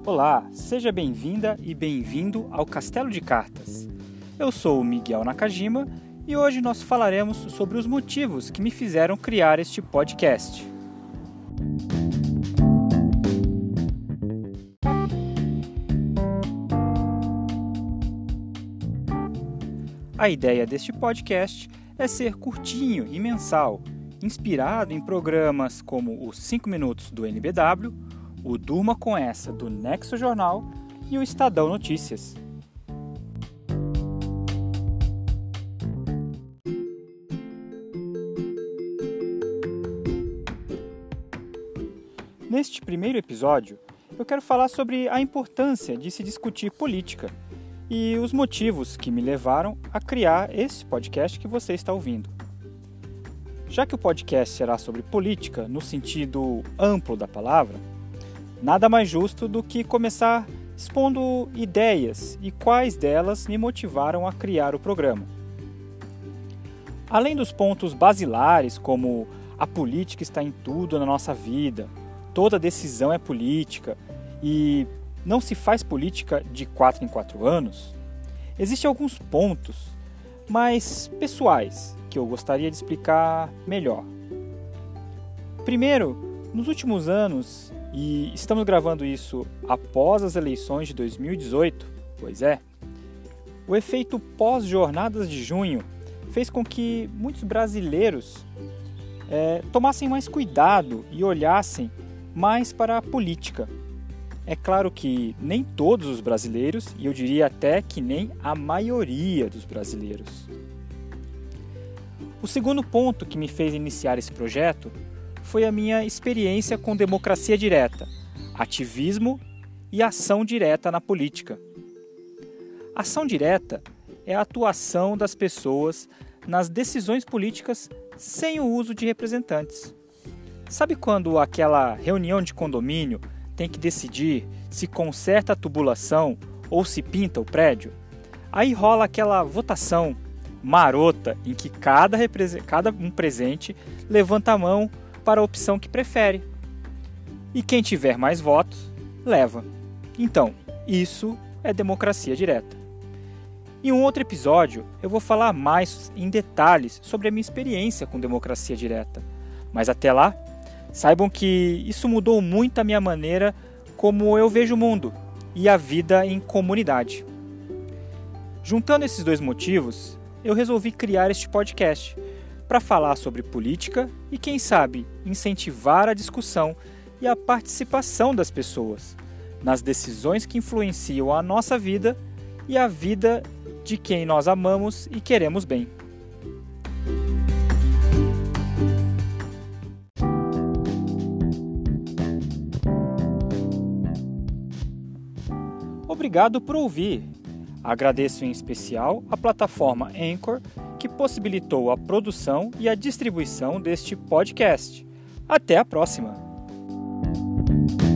Olá, seja bem-vinda e bem-vindo ao Castelo de Cartas. Eu sou o Miguel Nakajima e hoje nós falaremos sobre os motivos que me fizeram criar este podcast. A ideia deste podcast é ser curtinho e mensal, inspirado em programas como os 5 Minutos do NBW, o Durma Com Essa do Nexo Jornal e o Estadão Notícias. Neste primeiro episódio, eu quero falar sobre a importância de se discutir política e os motivos que me levaram a criar esse podcast que você está ouvindo. Já que o podcast será sobre política no sentido amplo da palavra, nada mais justo do que começar expondo ideias e quais delas me motivaram a criar o programa. Além dos pontos basilares, como a política está em tudo na nossa vida, toda decisão é política e não se faz política de 4 em 4 anos, existem alguns pontos mais pessoais que eu gostaria de explicar melhor. Primeiro, nos últimos anos, e estamos gravando isso após as eleições de 2018, pois é, o efeito pós-jornadas de junho fez com que muitos brasileiros tomassem mais cuidado e olhassem mais para a política. É claro que nem todos os brasileiros, e eu diria até que nem a maioria dos brasileiros. O segundo ponto que me fez iniciar esse projeto foi a minha experiência com democracia direta, ativismo e ação direta na política. Ação direta é a atuação das pessoas nas decisões políticas sem o uso de representantes. Sabe quando aquela reunião de condomínio tem que decidir se conserta a tubulação ou se pinta o prédio? Aí rola aquela votação marota em que cada um presente levanta a mão para a opção que prefere. E quem tiver mais votos, leva. Então, isso é democracia direta. Em um outro episódio, eu vou falar mais em detalhes sobre a minha experiência com democracia direta. Mas até lá, saibam que isso mudou muito a minha maneira como eu vejo o mundo e a vida em comunidade. Juntando esses dois motivos, eu resolvi criar este podcast para falar sobre política e, quem sabe, incentivar a discussão e a participação das pessoas nas decisões que influenciam a nossa vida e a vida de quem nós amamos e queremos bem. Obrigado por ouvir. Agradeço em especial a plataforma Anchor, que possibilitou a produção e a distribuição deste podcast. Até a próxima!